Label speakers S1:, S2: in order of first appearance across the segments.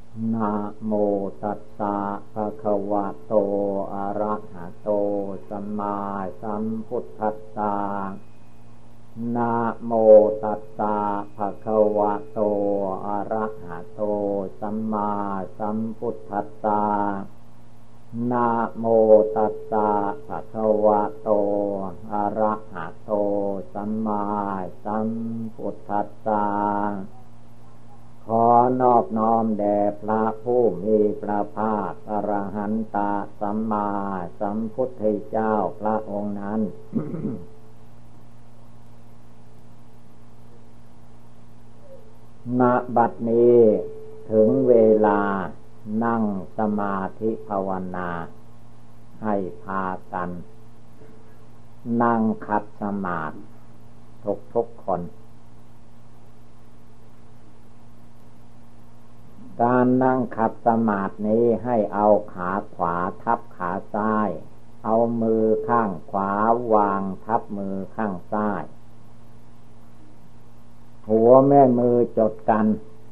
S1: นะโมตัสสะภะคะวะโตอะระหะโตสัมมาสัมพุทธัสสะนะโมตัสสะภะคะวะโตอะระหะโตสัมมาสัมพุทธัสสะนะโมตัสสะภะคะวะโตอะระหะโตสัมมาสัมพุทธัสสะขอนอบน้อมแด่พระผู้มีพระภาคอรหันตสัมมาสัมพุทธเจ้าพระองค์นั้น ณ บัดนี้ถึงเวลานั่งสมาธิภาวนาให้พากันนั่งขัดสมาธิทุกคนการนั่งขัดสมาธินี้ให้เอาขาขวาทับขาซ้ายเอามือข้างขวาวางทับมือข้างซ้ายหัวแม่มือจดกัน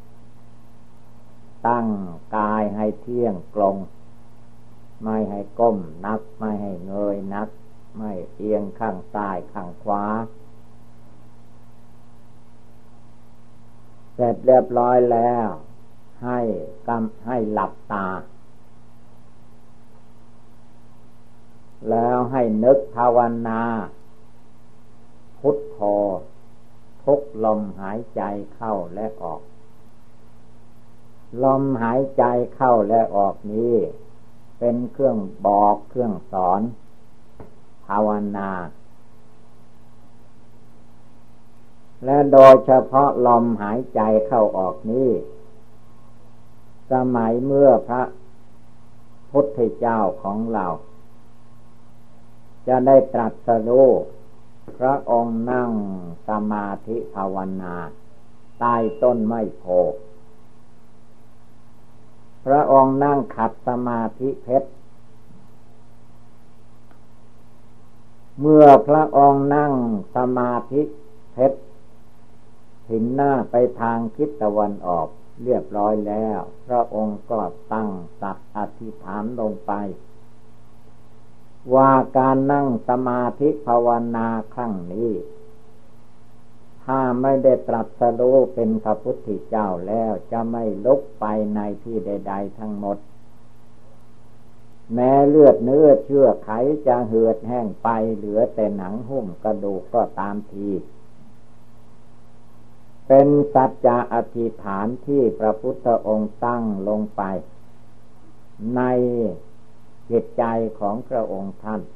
S1: ตั้งกายให้เที่ยงตรงไม่ให้ก้มนักไม่ให้เงยนักไม่เอียงข้างซ้ายข้างขวาเสร็จเรียบร้อยแล้วให้หลับตาแล้วให้นึกภาวนาพุทโธทุกลมหายใจเข้าและออกลมหายใจเข้าและออกนี้เป็นเครื่องบอกเครื่องสอนภาวนาและโดยเฉพาะลมหายใจเข้าออกนี้สมัยเมื่อพระพุทธเจ้าของเราจะได้ตรัสรู้พระองค์นั่งสมาธิภาวนาใต้ต้นไม้โพธิ์พระองค์นั่งขัดสมาธิเพชรเมื่อพระองค์นั่งสมาธิเพชรหินหน้าไปทางทิศตะวันออกเรียบร้อยแล้วพระองค์ก็ตั้งสัตย์อธิษฐานลงไปว่าการนั่งสมาธิภาวนาครั้งนี้ถ้าไม่ได้ตรัสรู้เป็นพระพุทธเจ้าแล้วจะไม่ลุกไปในที่ใดๆทั้งหมดแม้เลือดเนื้อเชื่อไขจะเหือดแห้งไปเหลือแต่หนังหุ้มกระดูกก็ตามทีเป็นสัจจะอธิษฐานที่พระพุทธองค์ตั้งลงไปในจิตใจของพระองค์ท่าน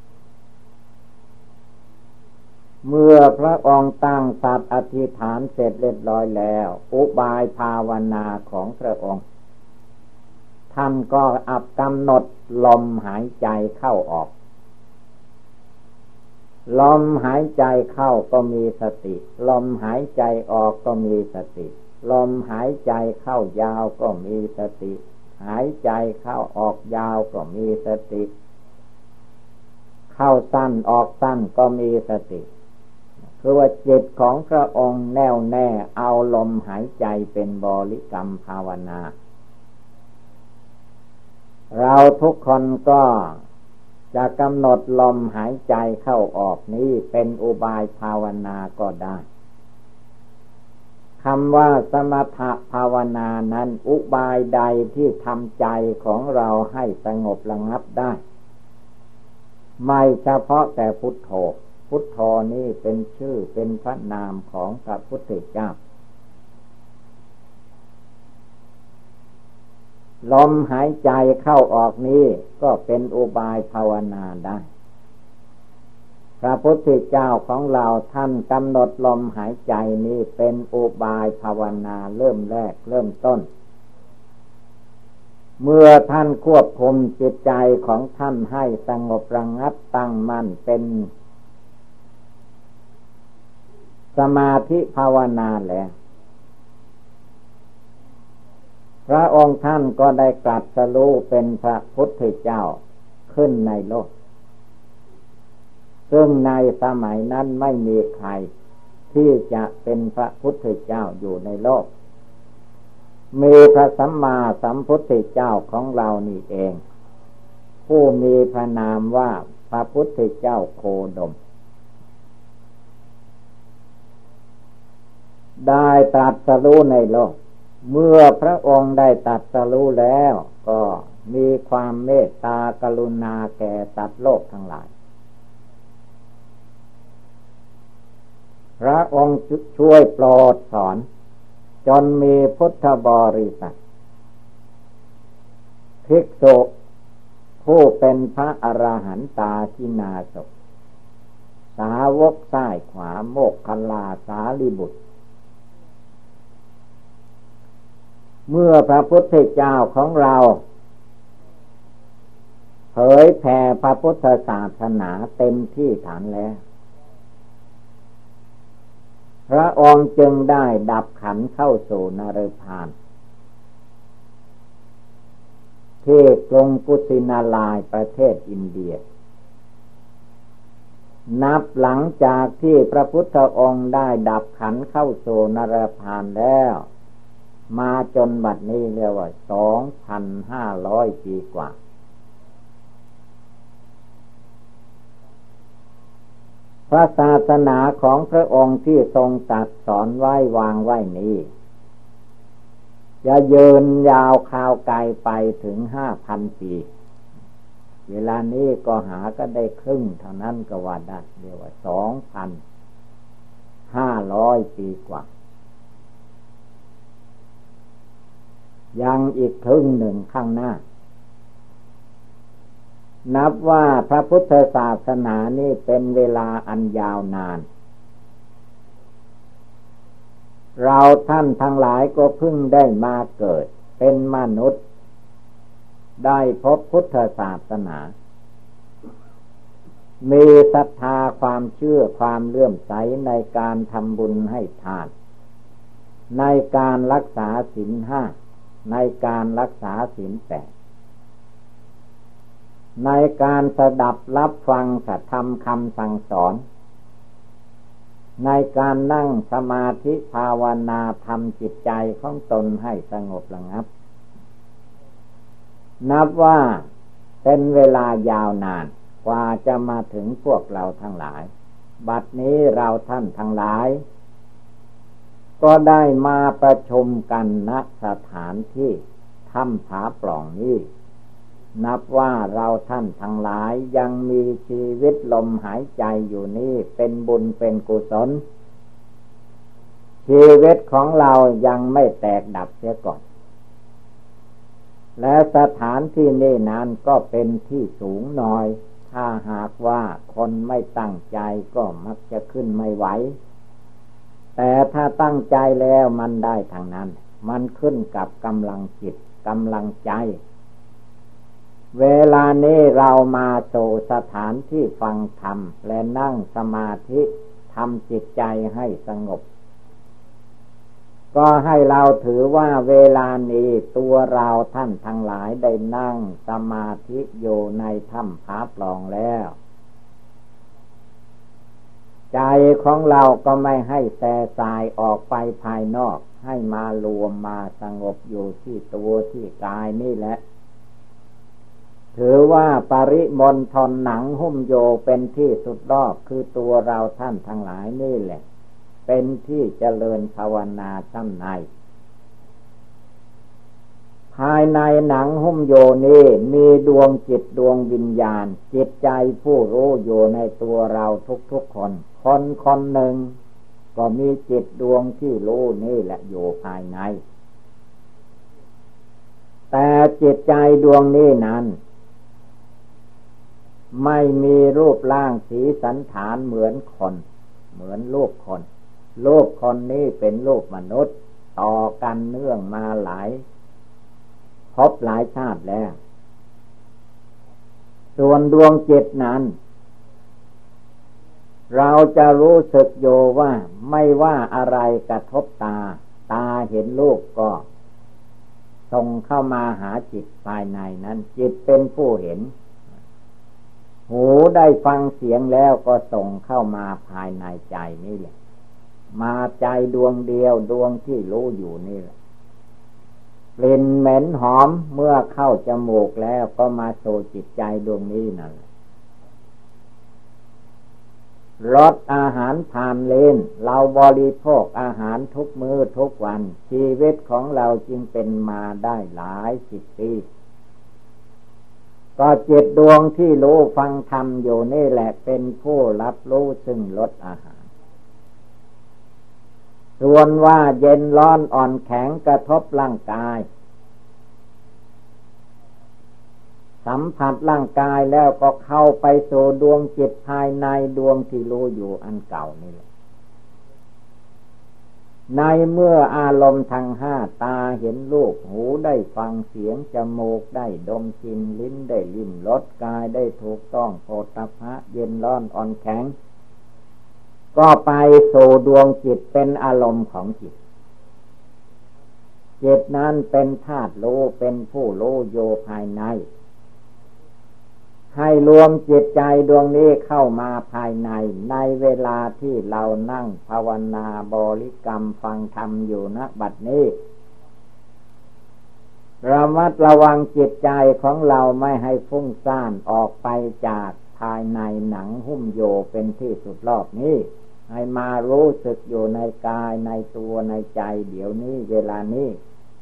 S1: เมื่อพระองค์ตั้งสัจจะอธิษฐานเสร็จเรียบร้อยแล้วอุบายภาวนาของพระองค์ท่านก็กำหนดลมหายใจเข้าออกลมหายใจเข้าก็มีสติลมหายใจออกก็มีสติลมหายใจเข้ายาวก็มีสติหายใจเข้าออกยาวก็มีสติเข้าสั้นออกสั้นก็มีสติคือว่าจิตของพระองค์แน่วแน่เอาลมหายใจเป็นบริกรรมภาวนาเราทุกคนก็จะกำหนดลมหายใจเข้าออกนี้เป็นอุบายภาวนาก็ได้คำว่าสมถภาวนานั้นอุบายใดที่ทำใจของเราให้สงบระงับได้ไม่เฉพาะแต่พุทโธพุทโธนี้เป็นชื่อเป็นพระนามของพระพุทธเจ้าลมหายใจเข้าออกนี้ก็เป็นอุบายภาวนาได้พระพุทธเจ้าของเราท่านกำหนดลมหายใจนี้เป็นอุบายภาวนาเริ่มแรกเริ่มต้นเมื่อท่านควบคุมจิตใจของท่านให้สงบระงับตั้งมั่นเป็นสมาธิภาวนาแล้วพระองค์ท่านก็ได้ตรัสรู้เป็นพระพุทธเจ้าขึ้นในโลกซึ่งในสมัยนั้นไม่มีใครที่จะเป็นพระพุทธเจ้าอยู่ในโลกมีพระสัมมาสัมพุทธเจ้าของเรานี่เองผู้มีพระนามว่าพระพุทธเจ้าโคดมได้ตรัสรู้ในโลกเมื่อพระองค์ได้ตรัสรู้แล้วก็มีความเมตตากรุณาแก่สัตว์โลกทั้งหลายพระองค์ช่วยโปรดสอนจนมีพุทธบริษัทภิกษุผู้เป็นพระอรหันตาชินาศสาวกซ้ายขวาโมคคัลลาสารีบุตรเมื่อพระพุทธเจ้าของเราเผยแผ่พระพุทธศาสนาเต็มที่ฐานแล้วพระองค์จึงได้ดับขันเข้าสู่นรกพานที่กรุงกุสินาลายประเทศอินเดียนับหลังจากที่พระพุทธองค์ได้ดับขันเข้าสู่นรกพานแล้วมาจนบัดนี้เรียกว่า 2,500 ปีกว่าพระศาสนาของพระองค์ที่ทรงตรัสสอนไว้วางไว้นี้จะยืนยาวคราวไกลไปถึง 5,000 ปีเวลานี้ก็หาก็ได้ครึ่งเท่านั้นก็ว่าได้เรียกว่า 2,500 ปีกว่ายังอีกครึ่งหนึ่งข้างหน้านับว่าพระพุทธศาสนานี้เป็นเวลาอันยาวนานเราท่านทั้งหลายก็เพิ่งได้มาเกิดเป็นมนุษย์ได้พบพุทธศาสนามีศรัทธาความเชื่อความเลื่อมใสในการทำบุญให้ทานในการรักษาศีล 5ในการรักษาศีล 8ในการสดับรับฟังสัทธรรมคำสั่งสอนในการนั่งสมาธิภาวนาทำจิตใจของตนให้สงบระงับนับว่าเป็นเวลายาวนานกว่าจะมาถึงพวกเราทั้งหลายบัดนี้เราท่านทั้งหลายก็ได้มาประชุมกันณสถานที่ถ้ำผาปล่องนี้นับว่าเราท่านทั้งหลายยังมีชีวิตลมหายใจอยู่นี้เป็นบุญเป็นกุศลชีวิตของเรายังไม่แตกดับเสียก่อนและสถานที่นี้นั้นก็เป็นที่สูงหน่อยถ้าหากว่าคนไม่ตั้งใจก็มักจะขึ้นไม่ไหวแต่ถ้าตั้งใจแล้วมันได้ทางนั้นมันขึ้นกับกำลังจิตกำลังใจเวลานี้เรามาสู่สถานที่ฟังธรรมและนั่งสมาธิทำจิตใจให้สงบก็ให้เราถือว่าเวลานี้ตัวเราท่านทั้งหลายได้นั่งสมาธิอยู่ในถ้ำผาปล่องแล้วใจของเราก็ไม่ให้แส่สายออกไปภายนอกให้มารวมมาสงบอยู่ที่ตัวที่กายนี่แหละถือว่าปริมณฑลหนังหุ้มโยเป็นที่สุดรอบคือตัวเราท่านทั้งหลายนี่แหละเป็นที่เจริญภาวนาชั้นในภายในหนังหุ้มโยนี้มีดวงจิตดวงวิญญาณจิตใจผู้รู้อยู่ในตัวเราทุกๆคนคนหนึ่งก็มีจิตดวงที่รู้นี่แหละอยู่ภายในแต่จิตใจดวงนี้นั้นไม่มีรูปร่างสีสันฐานเหมือนคนเหมือนรูปคนนี้เป็นรูปมนุษย์ต่อกันเนื่องมาหลายพบหลายชาติแล้วส่วนดวงจิตนั้นเราจะรู้สึกโยว่าไม่ว่าอะไรกระทบตาเห็นรูปก็ส่งเข้ามาหาจิตภายในนั้นจิตเป็นผู้เห็นหูได้ฟังเสียงแล้วก็ส่งเข้ามาภายในใจนี่แหละมาใจดวงเดียวดวงที่รู้อยู่นี่แหละกลิ่นเหม็นหอมเมื่อเข้าจมูกแล้วก็มาสู่จิตใจดวงนี้นั่นรสอาหารผ่านลิ้นเราบริโภคอาหารทุกมื้อทุกวันชีวิตของเราจึงเป็นมาได้หลายสิบปีก็จิตดวงที่รู้ฟังธรรมอยู่นี่แหละเป็นผู้รับรู้ซึ่งรสอาหารส่วนว่าเย็นร้อนอ่อนแข็งกระทบร่างกายสัมผัสร่างกายแล้วก็เข้าไปสู่ดวงจิตภายในดวงที่รู้อยู่อันเก่านี่แหละในเมื่ออารมณ์ทางห้าตาเห็นรูปหูได้ฟังเสียงจมูกได้ดมกลิ่นลิ้นได้ลิ้มรสกายได้ถูกต้องโผฏฐัพพะเย็นร้อนอ่อนแข็งก็ไปสู่ดวงจิตเป็นอารมณ์ของจิตจิตนั้นเป็นธาตุรู้เป็นผู้รู้โยภายในให้รวมจิตใจดวงนี้เข้ามาภายในในเวลาที่เรานั่งภาวนาบริกรรมฟังธรรมอยู่ณบัดนี้ระมัดระวังจิตใจของเราไม่ให้ฟุ้งซ่านออกไปจากภายในหนังหุ้มโยเป็นที่สุดรอบนี้ให้มารู้สึกอยู่ในกายในตัวในใจเดี๋ยวนี้เวลานี้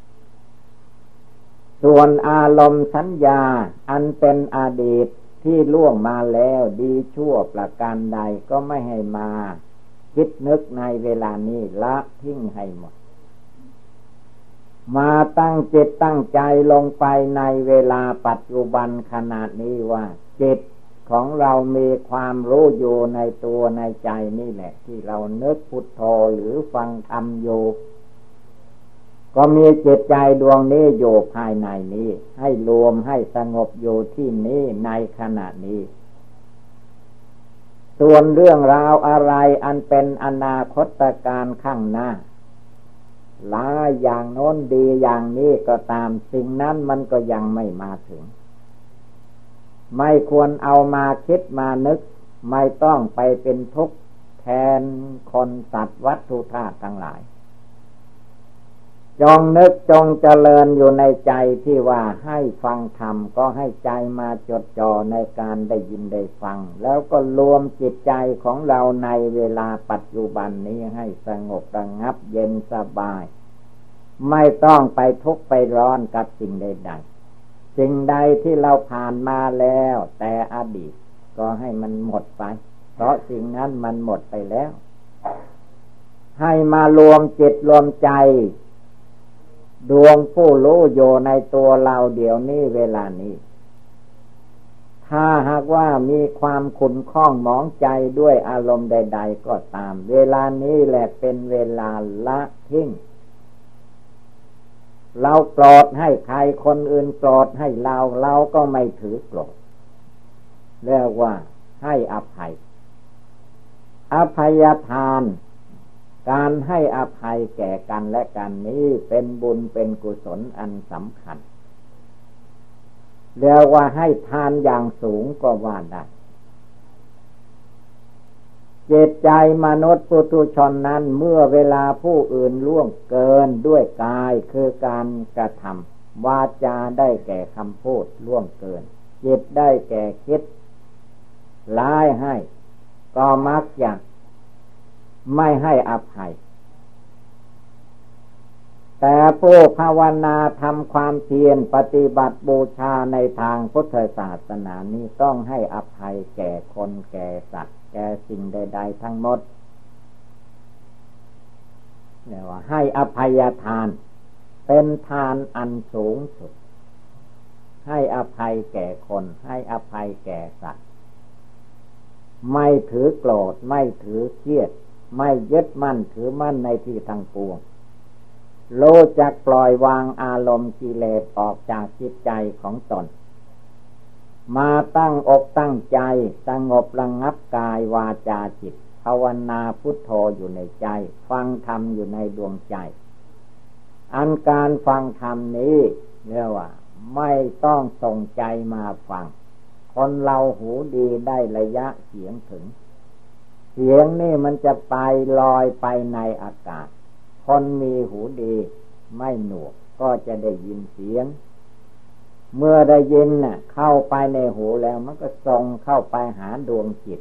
S1: ส่วนอารมณ์สัญญาอันเป็นอดีตที่ล่วงมาแล้วดีชั่วประการใดก็ไม่ให้มาคิดนึกในเวลานี้ละทิ้งให้หมดมาตั้งจิตตั้งใจลงไปในเวลาปัจจุบันขณะนี้ว่าจิตของเรามีความรู้อยู่ในตัวในใจนี่แหละที่เรานึกพุทโธหรือฟังธรรมอยู่ก็มีจิตใจดวงนี้อยู่ภายในนี้ให้รวมให้สงบอยู่ที่นี้ในขณะนี้ส่วนเรื่องราวอะไรอันเป็นอนาคตการข้างหน้าหลายอย่างโน้นดีอย่างนี้ก็ตามสิ่งนั้นมันก็ยังไม่มาถึงไม่ควรเอามาคิดมานึกไม่ต้องไปเป็นทุกข์แทนคนสัตว์วัตถุธาตุทั้งหลายจงนึกจงเจริญอยู่ในใจที่ว่าให้ฟังธรรมก็ให้ใจมาจดจ่อในการได้ยินได้ฟังแล้วก็รวมจิตใจของเราในเวลาปัจจุบันนี้ให้สงบระงับเย็นสบายไม่ต้องไปทุกข์ไปร้อนกับสิ่งใดๆสิ่งใดที่เราผ่านมาแล้วแต่อดีตก็ให้มันหมดไปเพราะสิ่งนั้นมันหมดไปแล้วให้มารวมจิตรวมใจดวงผู้รู้อยู่ในตัวเราเดี๋ยวนี้เวลานี้ถ้าหากว่ามีความขุ่นข้องหมองใจด้วยอารมณ์ใดๆก็ตามเวลานี้แหละเป็นเวลาละทิ้งเราโกรธให้ใครคนอื่นโกรธให้เราก็ไม่ถือโกรธเรียกว่าให้อภัยอภัยทานการให้อภัยแก่กันและกันนี้เป็นบุญเป็นกุศลอันสำคัญเรียกว่าให้ทานอย่างสูงก็ว่าได้จิตใจมนุษย์ปุถุชนนั้นเมื่อเวลาผู้อื่นล่วงเกินด้วยกายคือการกระทำวาจาได้แก่คำพูดล่วงเกินจิตได้แก่คิดร้ายให้ก็มักจะไม่ให้อภัยแต่ผู้ภาวนาทำความเพียรปฏิบัติบูชาในทางพุทธศาสนานี้ต้องให้อภัยแก่คนแก่สัตว์แก่สิ่งใดๆทั้งหมดเรียกว่าให้อภัยทานเป็นทานอันสูงสุดให้อภัยแก่คนให้อภัยแก่สัตว์ไม่ถือโกรธไม่ถือเครียดไม่ยึดมั่นถือมั่นในที่ทั้งปวงรู้จักปล่อยวางอารมณ์กิเลสออกจากจิตใจของตนมาตั้งอกตั้งใจสงบระงับกายวาจาจิตภาวนาพุทโธอยู่ในใจฟังธรรมอยู่ในดวงใจอันการฟังธรรมนี้เรียกว่าไม่ต้องส่งใจมาฟังคนเราหูดีได้ระยะเสียงถึงเสียงนี่มันจะไปลอยไปในอากาศคนมีหูดีไม่หนวกก็จะได้ยินเสียงเมื่อได้ยินน่ะเข้าไปในหูแล้วมันก็ส่งเข้าไปหาดวงจิต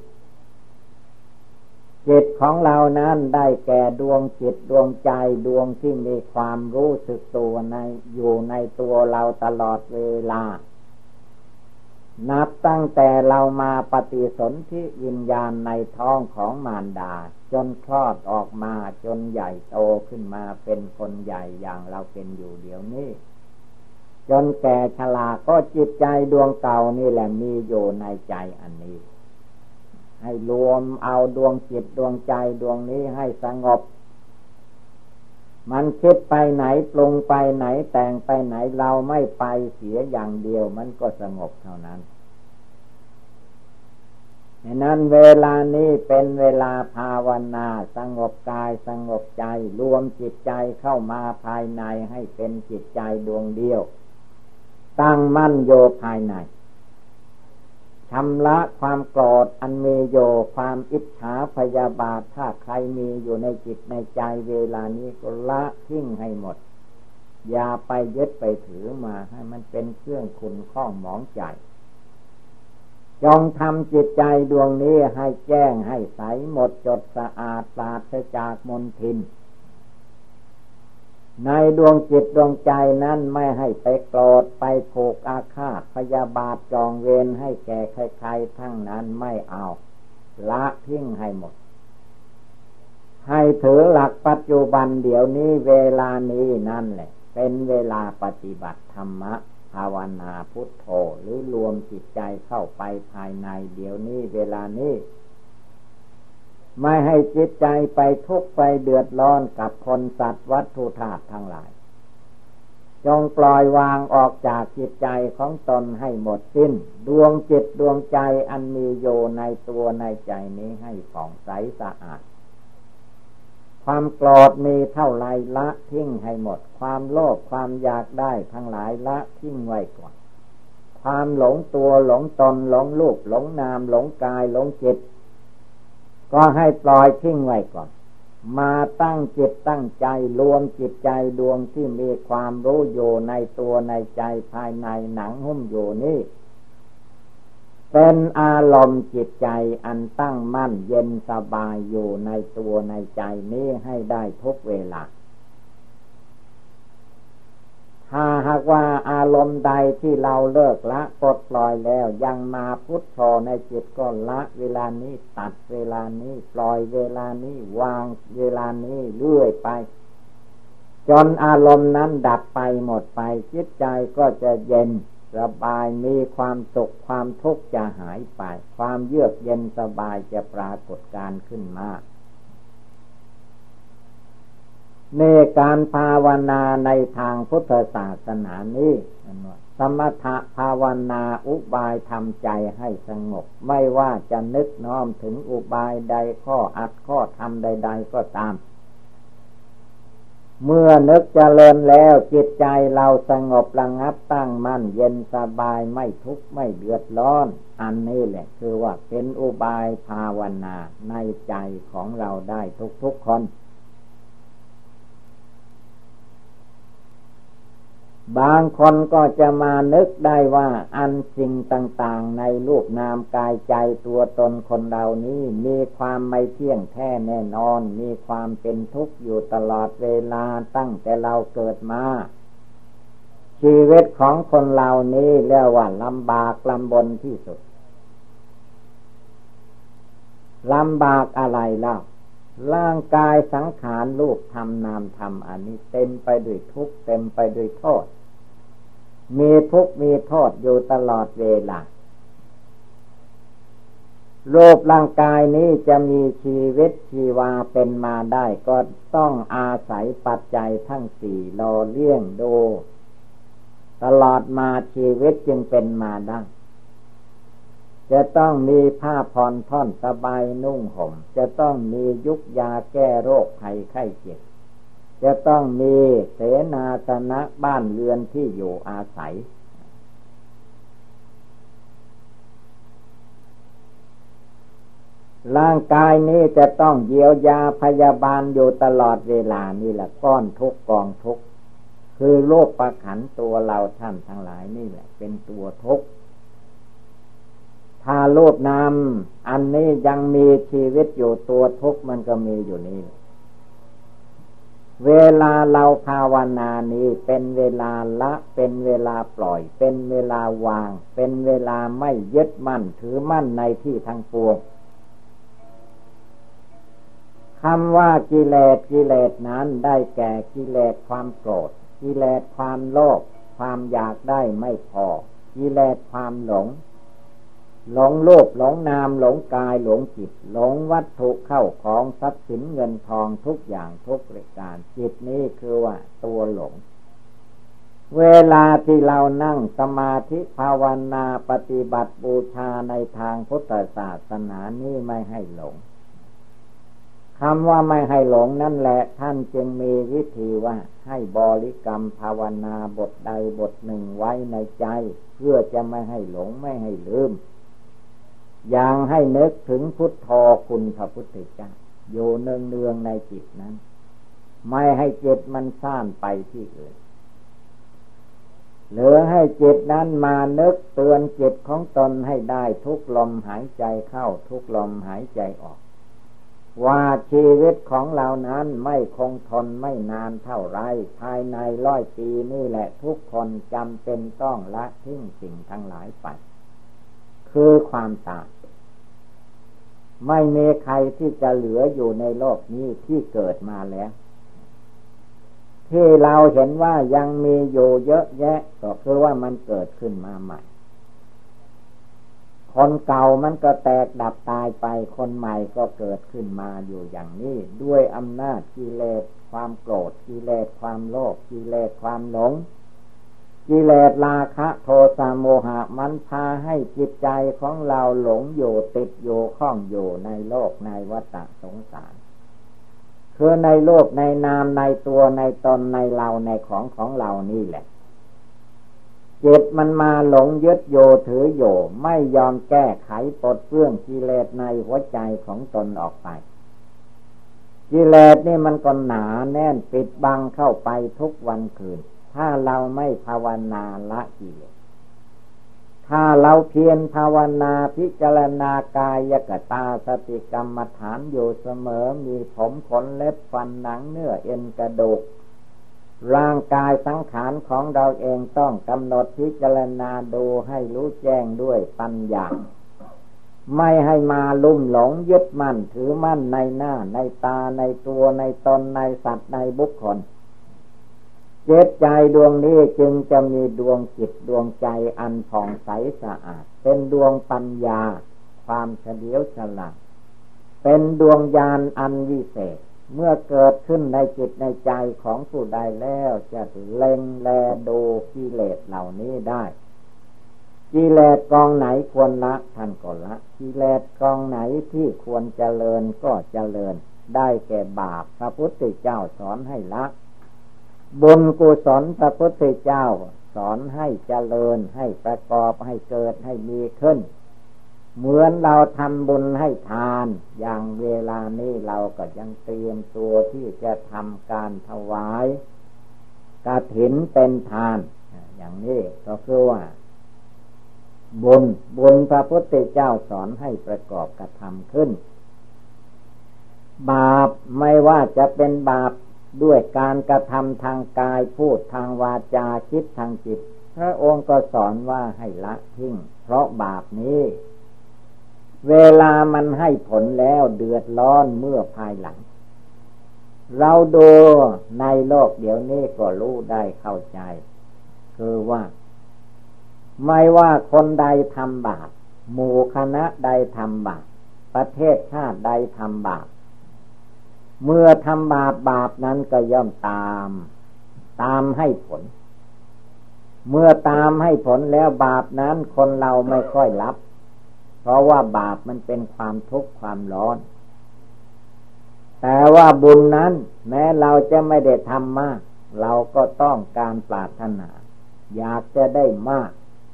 S1: จิตของเรานั้นได้แก่ดวงจิตดวงใจดวงที่มีความรู้สึกตัวในอยู่ในตัวเราตลอดเวลานับตั้งแต่เรามาปฏิสนธิวิญญาณในท้องของมารดาจนคลอดออกมาจนใหญ่โตขึ้นมาเป็นคนใหญ่อย่างเราเป็นอยู่เดี๋ยวนี้จนแก่ชราก็จิตใจดวงเก่านี่แหละมีอยู่ในใจอันนี้ให้รวมเอาดวงจิตดวงใจดวงนี้ให้สงบมันคิดไปไหนปรุงไปไหนแต่งไปไหนเราไม่ไปเสียอย่างเดียวมันก็สงบเท่านั้นฉะนั้นเวลานี้เป็นเวลาภาวนาสงบกายสงบใจรวมจิตใจเข้ามาภายในให้เป็นจิตใจดวงเดียวตั้งมั่นโยภายในชำระความโกรธอันมีโยความอิจฉาพยาบาทถ้าใครมีอยู่ในจิตในใจเวลานี้ก็ละทิ้งให้หมดอย่าไปยึดไปถือมาให้มันเป็นเครื่องขุ่นข้องหมองใจจงทำจิตใจดวงนี้ให้แจ้งให้ใสหมดจดสะอาดปราศจากมลทินในดวงจิตดวงใจนั้นไม่ให้ไปโกรธไปผูกอาฆาตพยาบาทจองเวรให้แก่ใครๆทั้งนั้นไม่เอาละทิ้งให้หมดให้ถือหลักปัจจุบันเดี๋ยวนี้เวลานี้นั่นแหละเป็นเวลาปฏิบัติธรรมะภาวนาพุทโธหรือรวมจิตใจเข้าไปภายในเดี๋ยวนี้เวลานี้ไม่ให้จิตใจไปทุกข์ไปเดือดร้อนกับคนสัตว์วัตถุธาตุทั้งหลายจงปล่อยวางออกจากจิตใจของตนให้หมดสิ้นดวงจิตดวงใจอันมีอยู่ในตัวในใจนี้ให้ผ่องใสสะอาดความโกรธมีเท่าไรละทิ้งให้หมดความโลภความอยากได้ทั้งหลายละทิ้งไว้ก่อนความหลงตัวหลงตนหลงรูปหลงนามหลงกายหลงจิตก็ให้ปล่อยทิ้งไว้ก่อนมาตั้งจิตตั้งใจรวมจิตใจดวงที่มีความรู้อยู่ในตัวในใจภายในหนังหุ้มอยู่นี้เป็นอารมณ์จิตใจอันตั้งมั่นเย็นสบายอยู่ในตัวในใจนี้ให้ได้ทุกเวลาถ้าหากว่าอารมณ์ใดที่เราเลิกละปลดปล่อยแล้วยังมาพุทโธในจิตก็ละเวลานี้ตัดเวลานี้ปล่อยเวลานี้วางเวลานี้เรื่อยไปจนอารมณ์นั้นดับไปหมดไปจิตใจก็จะเย็นสบายมีความสุขความทุกข์จะหายไปความเยือกเย็นสบายจะปรากฏการขึ้นมาในการภาวนาในทางพุทธศาสนานี้สมถะภาวนาอุบายทำใจให้สงบไม่ว่าจะนึกน้อมถึงอุบายใดข้ออัดข้อธรรมใดๆก็ตามเมื่อนึกเจริญแล้วจิตใจเราสงบระงับตั้งมั่นเย็นสบายไม่ทุกข์ไม่เดือดร้อนอันนี้แหละคือว่าเป็นอุบายภาวนาในใจของเราได้ทุกๆคนบางคนก็จะมานึกได้ว่าอันสิ่งต่างๆในรูปนามกายใจตัวตนคนเรานี้มีความไม่เที่ยงแท้แน่นอนมีความเป็นทุกข์อยู่ตลอดเวลาตั้งแต่เราเกิดมาชีวิตของคนเรานี้เรียกว่าลำบากลำบนที่สุดลำบากอะไรเล่าร่างกายสังขารรูปธรรมนามธรรมอันนี้เต็มไปด้วยทุกข์เต็มไปด้วยโทษมีทุกข์มีโทษอยู่ตลอดเวลารูปร่างกายนี้จะมีชีวิตชีวาเป็นมาได้ก็ต้องอาศัยปัจจัยทั้งสี่หล่อเลี้ยงดูตลอดมาชีวิตจึงเป็นมาได้จะต้องมีผ้าผ่อนท่อนสบายนุ่งห่มจะต้องมียุกยาแก้โรคภัยไข้เจ็บจะต้องมีเสนาสนะบ้านเรือนที่อยู่อาศัยร่างกายนี้จะต้องเยียวยาพยาบาลอยู่ตลอดเวลานี่แหละก้อนทุกข์กองทุกข์คือโลภประขันตัวเราท่านทั้งหลายนี่แหละเป็นตัวทุกข์ถ้าโลภนำอันนี้ยังมีชีวิตอยู่ตัวทุกข์มันก็มีอยู่นี่เวลาเราภาวนานี้เป็นเวลาละเป็นเวลาปล่อยเป็นเวลาวางเป็นเวลาไม่ยึดมั่นถือมั่นในที่ทั้งปวงคำว่ากิเลสนั้นได้แก่กิเลสความโกรธกิเลสความโลภความอยากได้ไม่พอกิเลสความหลงรูปหลงนามหลงกายหลงจิตหลงวัตถุเข้าของทรัพย์สินเงินทองทุกอย่างทุกประการจิตนี้คือว่าตัวหลงเวลาที่เรานั่งสมาธิภาวนาปฏิบัติบูชาในทางพุทธศาสนานี้ไม่ให้หลงคำว่าไม่ให้หลงนั่นแหละท่านจึงมีวิธีว่าให้บริกรรมภาวนาบทใดบทหนึ่งไว้ในใจเพื่อจะไม่ให้หลงไม่ให้ลืมอย่างให้นึกถึงพุทโธคุณพระพุทธเจ้าอยู่เนืองๆในจิตนั้นไม่ให้จิตมันซ่านไปที่อื่นหรือให้จิตนั้นมานึกเตือนจิตของตนให้ได้ทุกลมหายใจเข้าทุกลมหายใจออกว่าชีวิตของเรานั้นไม่คงทนไม่นานเท่าไรภายใน100 ปีนี่แหละทุกคนจำเป็นต้องละทิ้งสิ่งทั้งหลายไปคือความตายไม่มีใครที่จะเหลืออยู่ในโลกนี้ที่เกิดมาแล้วที่เราเห็นว่ายังมีอยู่เยอะแยะก็คือว่ามันเกิดขึ้นมาใหม่คนเก่ามันก็แตกดับตายไปคนใหม่ก็เกิดขึ้นมาอยู่อย่างนี้ด้วยอำนาจกิเลสความโกรธกิเลสความโลภกิเลสความหลงกิเลสราคะโทสะโมหะมันพาให้จิตใจของเราหลงอยู่ติดอยู่ข้องอยู่ในโลกในวัฏสงสารคือในโลกในนามในตัวในตนในเราในของเรานี่แหละจิตมันมาหลงยึดโยถือโยไม่ยอมแก้ไขปลดเปลื้องกิเลสในหัวใจของตนออกไปกิเลสนี่มันก็หนาแน่นปิดบังเข้าไปทุกวันคืนถ้าเราไม่ภาวนาละกิเลสถ้าเราเพียรภาวนาพิจารณากายกตาสติกรรมฐานอยู่เสมอมีผมขนเล็บฟันหนังเนื้อเอ็นกระดูกร่างกายสังขารของเราเองต้องกำหนดพิจารณาดูให้รู้แจ้งด้วยปัญญาไม่ให้มาลุ่มหลงยึดมั่นถือมั่นในหน้าในตาในตัวในตนในสัตว์ในบุคคลจิตใจดวงนี้จึงจะมีดวงจิตดวงใจอันผ่องใสสะอาดเป็นดวงปัญญาความเฉลียวฉลาดเป็นดวงญาณอันวิเศษเมื่อเกิดขึ้นในจิตในใจของผู้ใดแล้วจะเล็งแลดูกิเลสเหล่านี้ได้กิเลสกองไหนควรละท่านก็ละกิเลสกองไหนที่ควรเจริญก็เจริญได้แก่บาปพระพุทธเจ้าสอนให้ละบุญกุศลพระพุทธเจ้าสอนให้เจริญให้ประกอบให้เกิดให้มีขึ้นเหมือนเราทำบุญให้ทานอย่างเวลานี้เราก็ยังเตรียมตัวที่จะทำการถวายกฐินเป็นทานอย่างนี้ก็คือว่าบุญพระพุทธเจ้าสอนให้ประกอบกระทำขึ้นบาปไม่ว่าจะเป็นบาปด้วยการกระทำทางกายพูดทางวาจาคิดทางจิตพระองค์ก็สอนว่าให้ละทิ้งเพราะบาปนี้เวลามันให้ผลแล้วเดือดร้อนเมื่อภายหลังเราดูในโลกเดี๋ยวนี้ก็รู้ได้เข้าใจคือว่าไม่ว่าคนใดทำบาปหมู่คณะใดทำบาปประเทศชาติใดทำบาปเมื่อทำบาปนั้นก็ย่อมตามให้ผลเมื่อตามให้ผลแล้วบาปนั้นคนเราไม่ค่อยรับเพราะว่าบาปมันเป็นความทุกข์ความร้อนแต่ว่าบุญนั้นแม้เราจะไม่ได้ทำมากเราก็ต้องการปรารถนาอยากจะได้มาก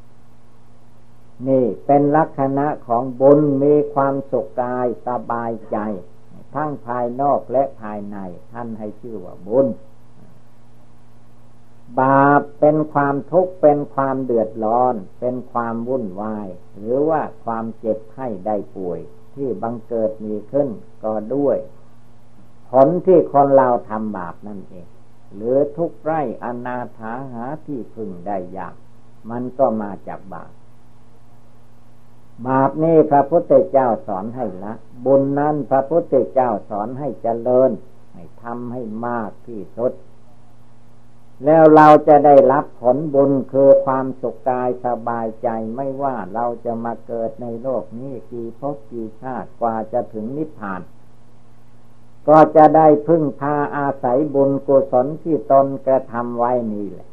S1: นี่เป็นลักษณะของบุญมีความสุขกายสบายใจทั้งภายนอกและภายในท่านให้ชื่อว่าบุญบาปเป็นความทุกข์เป็นความเดือดร้อนเป็นความวุ่นวายหรือว่าความเจ็บไข้ได้ป่วยที่บังเกิดมีขึ้นก็ด้วยผลที่คนเราทำบาปนั่นเองหรือทุกข์ไร้อนาถาหาที่พึ่งได้ยากมันก็มาจากบาปบาปนี้พระพุทธเจ้าสอนให้ละบุญนั้นพระพุทธเจ้าสอนให้เจริญให้ทำให้มากที่สุดแล้วเราจะได้รับผลบุญคือความสุขกายสบายใจไม่ว่าเราจะมาเกิดในโลกนี้กี่ภพกี่ชาติกว่าจะถึงนิพพานก็จะได้พึ่งพาอาศัยบุญกุศลที่ตนกระทำไว้นี่แหละ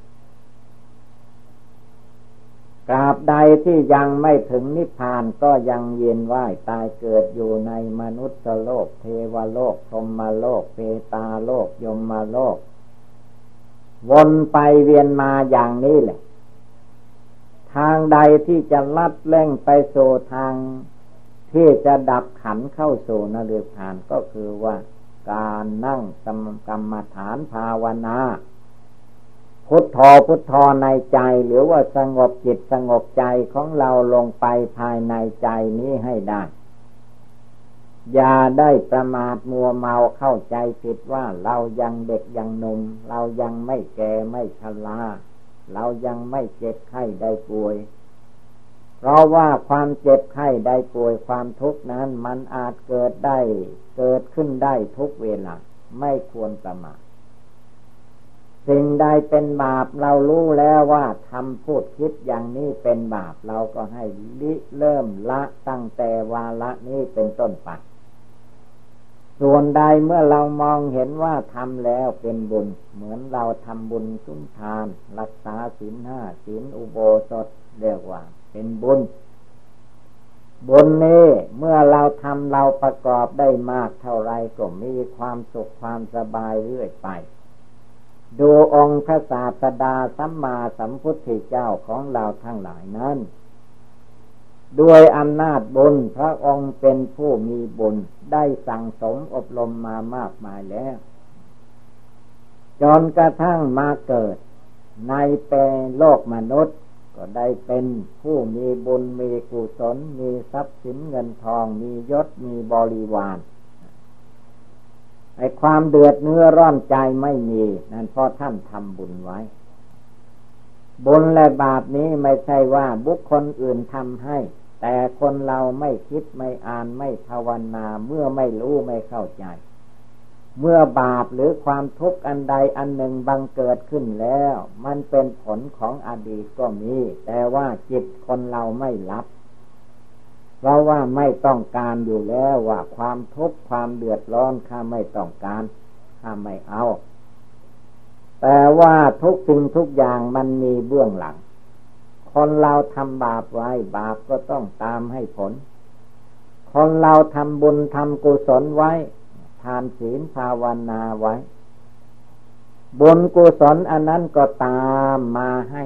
S1: ตราบใดที่ยังไม่ถึงนิพพานก็ยังเวียนว่ายตายเกิดอยู่ในมนุษย์โลกเทวโลกพรหมโลกเปตาโลกยมโลกวนไปเวียนมาอย่างนี้แหละทางใดที่จะลัดเล่งไปสู่ทางที่จะดับขันเข้าสู่นรกฐานก็คือว่าการนั่งกรรมฐานภาวนาพุทโธพุทโธในใจหรือว่าสงบจิตสงบใจของเราลงไปภายในใจนี้ให้ได้อย่าได้ประมาทมัวเมาเข้าใจผิดว่าเรายังเด็กยังหนุ่มเรายังไม่แก่ไม่ชราเรายังไม่เจ็บไข้ได้ป่วยเพราะว่าความเจ็บไข้ได้ป่วยความทุกข์นั้นมันอาจเกิดขึ้นได้ทุกเวลาไม่ควรประมาทสิ่งใดเป็นบาปเรารู้แล้วว่าทำพูดคิดอย่างนี้เป็นบาปเราก็ให้เริ่มละตั้งแต่วาระนี้เป็นต้นไปส่วนใดเมื่อเรามองเห็นว่าทำแล้วเป็นบุญเหมือนเราทำบุญสุนทานรักษาศีล 5ศีลอุโบสถเรียกว่าเป็นบุญบุญนี้เมื่อเราทำเราประกอบได้มากเท่าไรก็มีความสุขความสบายเรื่อยไปดูองค์พระศาสดาสัมมาสัมพุทธเจ้าของเราทั้งหลายนั้นด้วยอำนาจบุญพระองค์เป็นผู้มีบุญได้สั่งสมอบรมมามากมายแล้วจนกระทั่งมาเกิดในเป็นโลกมนุษย์ก็ได้เป็นผู้มีบุญมีกุศลมีทรัพย์สินเงินทองมียศมีบริวารไอ้ความเดือดเนื้อร้อนใจไม่มีนั่นเพราะท่านทำบุญไว้บุญและบาปนี้ไม่ใช่ว่าบุคคลอื่นทำให้แต่คนเราไม่คิดไม่อ่านไม่ภาวนาเมื่อไม่รู้ไม่เข้าใจเมื่อบาปหรือความทุกข์อันใดอันหนึ่งบังเกิดขึ้นแล้วมันเป็นผลของอดีตก็มีแต่ว่าจิตคนเราไม่รับเพราะว่าไม่ต้องการอยู่แล้วว่าความทุกข์ความเดือดร้อนข้าไม่ต้องการข้าไม่เอาแต่ว่าทุกสิ่งทุกอย่างมันมีเบื้องหลังคนเราทำบาปไว้บาปก็ต้องตามให้ผลคนเราทำบุญทำกุศลไว้ทานศีลภาวนาไว้บุญกุศลอันนั้นก็ตามมาให้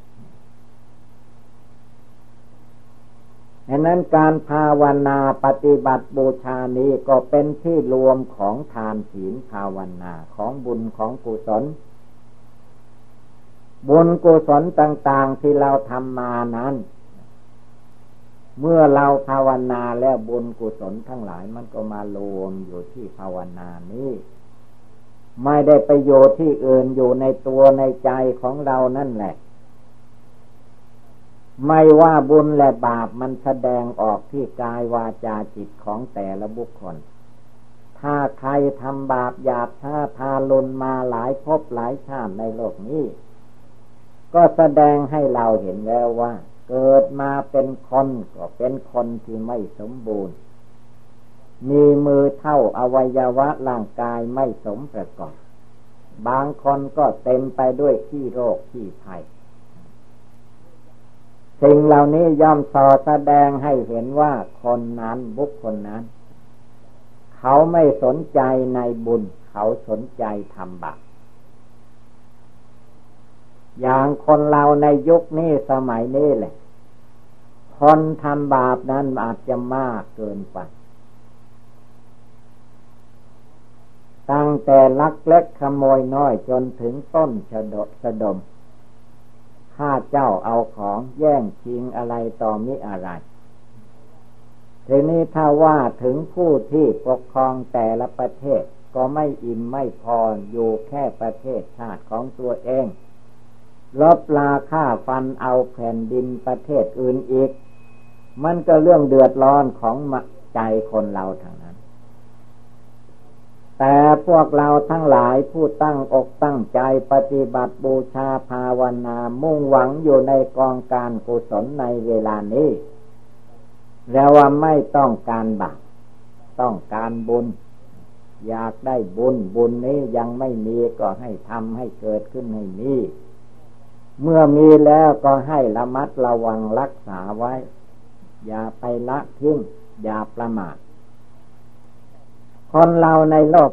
S1: ฉะนั้นการภาวนาปฏิบัติบูชานี้ก็เป็นที่รวมของทานศีลภาวนาของบุญของกุศลบุญกุศลต่างๆที่เราทำมานั้นเมื่อเราภาวนาแล้วบุญกุศลทั้งหลายมันก็มารวมอยู่ที่ภาวนานี้ไม่ได้ไปโยชน์ที่อื่นอยู่ในตัวในใจของเรานั่นแหละไม่ว่าบุญและบาปมันแสดงออกที่กายวาจาจิตของแต่ละบุคคลถ้าใครทำบาปหยาบช้าทารุณมาหลายภพหลายชาติในโลกนี้ก็แสดงให้เราเห็นแล้วว่าเกิดมาเป็นคนก็เป็นคนที่ไม่สมบูรณ์มีมือเท่าอวัยวะร่างกายไม่สมประกอบบางคนก็เต็มไปด้วยขี้โรคขี้ภัยสิ่งเหล่านี้ย่อมส่อแสดงให้เห็นว่าคนนั้นบุคคลนั้นเขาไม่สนใจในบุญเขาสนใจทำบาปอย่างคนเราในยุคนี้สมัยนี้แหละคนทำบาปนั้นอาจจะมากเกินไปตั้งงแต่ลักเล็กขโมยน้อยจนถึงต้นสะดมฆ่าเจ้าเอาของแย่งชิงอะไรต่อมิอะไรทีนี้ถ้าว่าถึงผู้ที่ปกครองแต่ละประเทศก็ไม่อิ่มไม่พออยู่แค่ประเทศชาติของตัวเองลบราค่าฟันเอาแผ่นดินประเทศอื่นอีกมันก็เรื่องเดือดร้อนของใจคนเราทางนั้นแต่พวกเราทั้งหลายผู้ตั้งอกตั้งใจปฏิบัติบูชาภาวนามุ่งหวังอยู่ในกองการกุศลในเวลานี้แล้วว่าไม่ต้องการบาปต้องการบุญอยากได้บุญนี้ยังไม่มีก็ให้ทำให้เกิดขึ้นให้มีเมื่อมีแล้วก็ให้ระมัดระวังรักษาไว้อย่าไปละทิ้งอย่าประมาทคนเราในโลก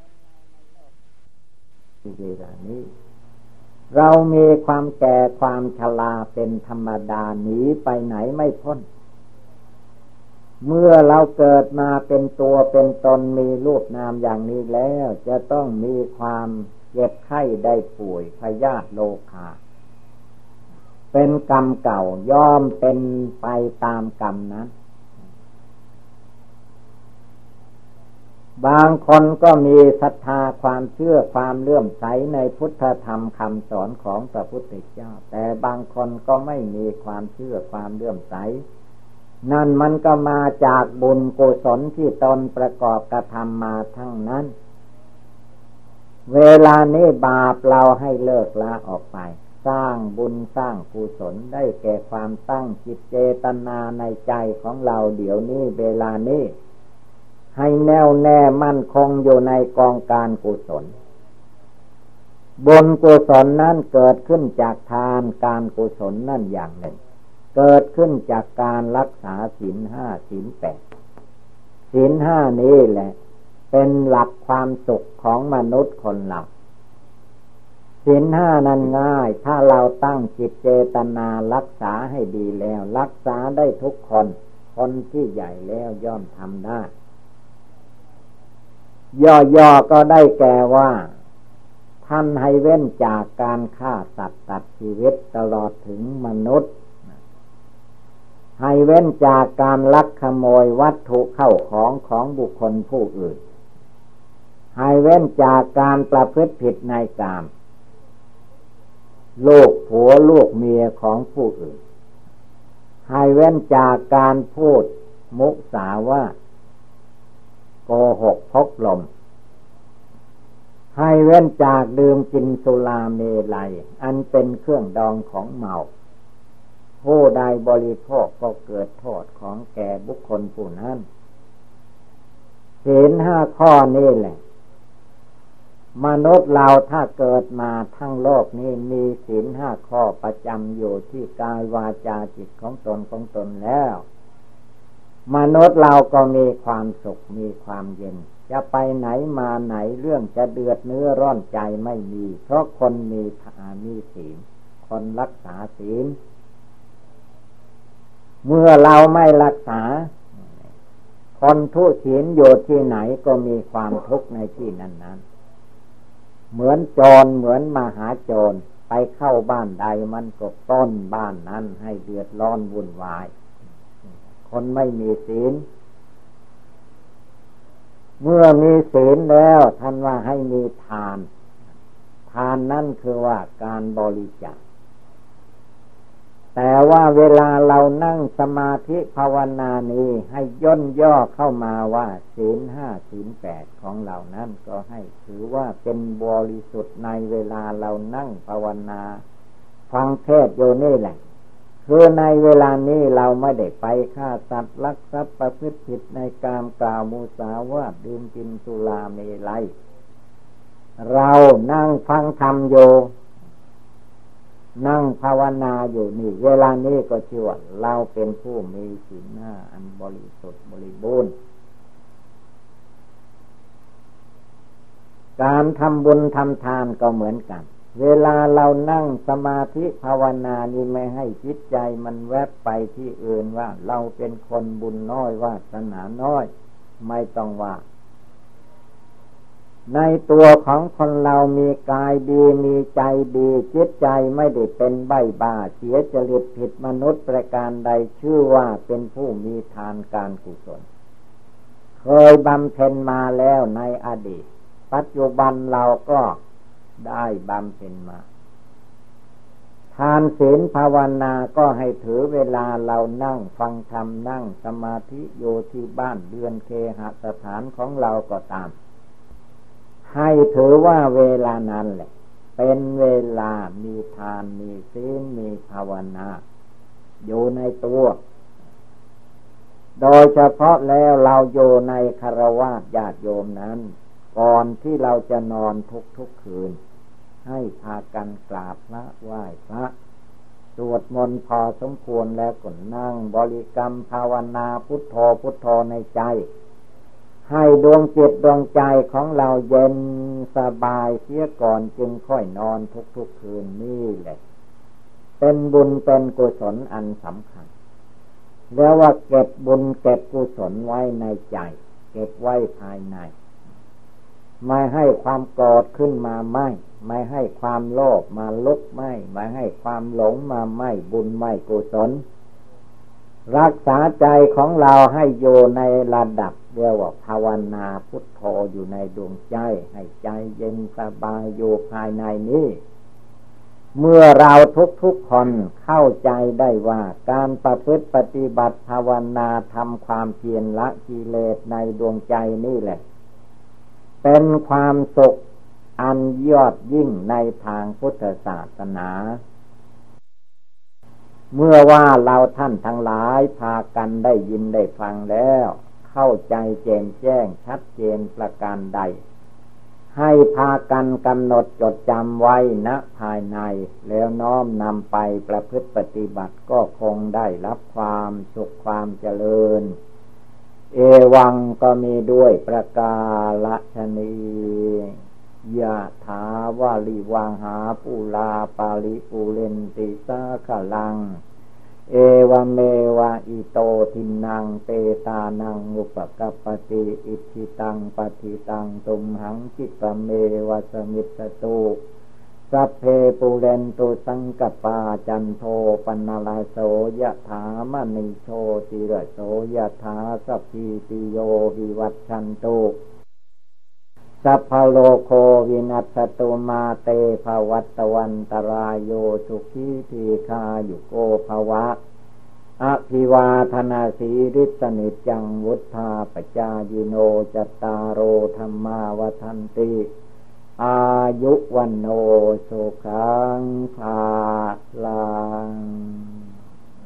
S1: เวลานี้เรามีความแก่ความชราเป็นธรรมดาหนีไปไหนไม่พ้นเมื่อเราเกิดมาเป็นตัวเป็นตนมีรูปนามอย่างนี้แล้วจะต้องมีความเจ็บไข้ได้ป่วยพยาธิโรคาเป็นกรรมเก่าย่อมเป็นไปตามกรรมนั้นบางคนก็มีศรัทธาความเชื่อความเลื่อมใสในพุทธธรรมคำสอนของพระพุทธเจ้าแต่บางคนก็ไม่มีความเชื่อความเลื่อมใสนั่นมันก็มาจากบุญกุศลที่ตนประกอบกระทำมาทั้งนั้นเวลานี้บาปเราให้เลิกละออกไปสร้างบุญสร้างกุศลได้แก่ความตั้งจิตเจตนาในใจของเราเดี๋ยวนี้เวลานี้ให้แน่วแน่มั่นคงอยู่ในกองการกุศลบุญกุศลนั้นเกิดขึ้นจากทานการกุศลนั่นอย่างหนึ่งเกิดขึ้นจากการรักษาศีลห้าศีลแปดศีลห้านี้แหละเป็นหลักความสุขของมนุษย์คนเราศีลห้านั้นง่ายถ้าเราตั้งจิตเจตนารักษาให้ดีแล้วรักษาได้ทุกคนคนที่ใหญ่แล้วย่อมทำได้ย่อๆก็ได้แก่ว่าท่านให้เว้นจากการฆ่าสัตว์ตัดชีวิตตลอดถึงมนุษย์ให้เว้นจากการลักขโมยวัตถุเข้าของบุคคลผู้อื่นให้เว้นจากการประพฤติผิดในกามลูกผัวลูกเมียของผู้อื่นให้เว้นจากการพูดมุสาวาทโกหกพกลมให้เว้นจากดื่มกินสุราเมลัยอันเป็นเครื่องดองของเมาผู้ใดบริโภคก็เกิดโทษของแก่บุคคลผู้นั้นศีลห้าข้อนี้แหละมนุษย์เราถ้าเกิดมาทั้งโลกนี้มีศีลห้าข้อประจำอยู่ที่กายวาจาจิตของตนแล้วมนุษย์เราก็มีความสุขมีความเย็นจะไปไหนมาไหนเรื่องจะเดือดเนื้อร้อนใจไม่มีเพราะคนมีทานมีศีลคนรักษาศีลเมื่อเราไม่รักษาคนทุศีลอยู่ที่ไหนก็มีความทุกข์ในที่นั้นๆเหมือนโจรเหมือนมหาโจรไปเข้าบ้านใดมันก็ปล้นบ้านนั้นให้เดือดร้อนวุ่นวายคนไม่มีศีลเมื่อมีศีลแล้วท่านว่าให้มีทานนั่นคือว่าการบริจาคแต่ว่าเวลาเรานั่งสมาธิภาวนานี้ให้ย่นย่อเข้ามาว่าศีลห้าศีลแปดของเรานั้นก็ให้ถือว่าเป็นบริสุทธิ์ในเวลาเรานั่งภาวนาฟังเทศน์อยู่นี่แหละคือในเวลานี้เราไม่ได้ไปฆ่าสัตว์ลักทรัพย์ประพฤติผิดในกามกล่าวมุสาวาทดื่มกินสุราเมลัยเรานั่งฟังธรรมอยู่นั่งภาวนาอยู่นี่เวลานี้ก็ชื่อว่าเราเป็นผู้มีศีลห้าอันบริสุทธิ์บริบูรณ์การทำบุญทำทานก็เหมือนกันเวลาเรานั่งสมาธิภาวนานี่ไม่ให้จิตใจมันแวบไปที่อื่นว่าเราเป็นคนบุญน้อยวาสนาน้อยไม่ต้องว่าในตัวของคนเรามีกายดีมีใจดีจิตใจไม่ได้เป็นใบ้บ้าเสียจริตผิดมนุษย์ประการใดชื่อว่าเป็นผู้มีทานการกุศลเคยบำเพ็ญมาแล้วในอดีตปัจจุบันเราก็ได้บำเพ็ญมาทานศีลภาวนาก็ให้ถือเวลาเรานั่งฟังธรรมนั่งสมาธิอยู่ที่บ้านเรือนเคหสถานของเราก็ตามให้ถือว่าเวลานั้นแหละเป็นเวลามีทานมีศีลมีภาวนาอยู่ในตัวโดยเฉพาะแล้วเราอยู่ในฆราวาสญาติโยมนั้นก่อนที่เราจะนอนทุกคืนให้พากันกราบพระไหว้พระสวดมนต์พอสมควรแล้วก็นั่งบริกรรมภาวนาพุทโธพุทโธในใจให้ดวงจิตดวงใจของเราเย็นสบายเสียก่อนจึงค่อยนอนทุกคืนนี่แหละเป็นบุญเป็นกุศลอันสำคัญแล้วว่าเก็บบุญเก็บกุศลไว้ในใจเก็บไว้ภายในไม่ให้ความโกรธขึ้นมาไม่ให้ความโลภมาลุกไม่ให้ความหลงมาไม่บุญไม่กุศลรักษาใจของเราให้อยู่ในระดับเรียกว่าภาวนาพุทโธอยู่ในดวงใจให้ใจเย็นสบายอยู่ภายในนี้เมื่อเราทุกคนเข้าใจได้ว่าการประพฤติปฏิบัติภาวนาทำความเพียรละกิเลสในดวงใจนี่แหละเป็นความสุขอันยอดยิ่งในทางพุทธศาสนาเมื่อว่าเราท่านทั้งหลายพากันได้ยินได้ฟังแล้วเข้าใจแจ่มแจ้งชัดเจนประการใดให้พากันกำหนดจดจำไว้ณภายในแล้วน้อมนำไปประพฤติปฏิบัติก็คงได้รับความสุขความเจริญเอวังก็มีด้วยประกาศนียะถาวาลิวหาปุราปาริปุเรนติสาคลังเอวเมวะอิโตทินังเปตานังอุปกัปปติอิทิตังปฏิตังตุมหังคิปะเมวะสมิสตุสัพเพปุเรนตุสังกปาจันโทปนลาโสยะถามณิโชติระโสยะถาสัพพิติโยวิวัชชันตุสัพพโลโควินัสตุมาเตภวัตวันตรายโยสุขีทีคายุโกภวะอภิวาทนาสีริสนิจังวุธาปจายิโนจตตารโอธรรมาวทันติอายุวันโนสุขังภาลัง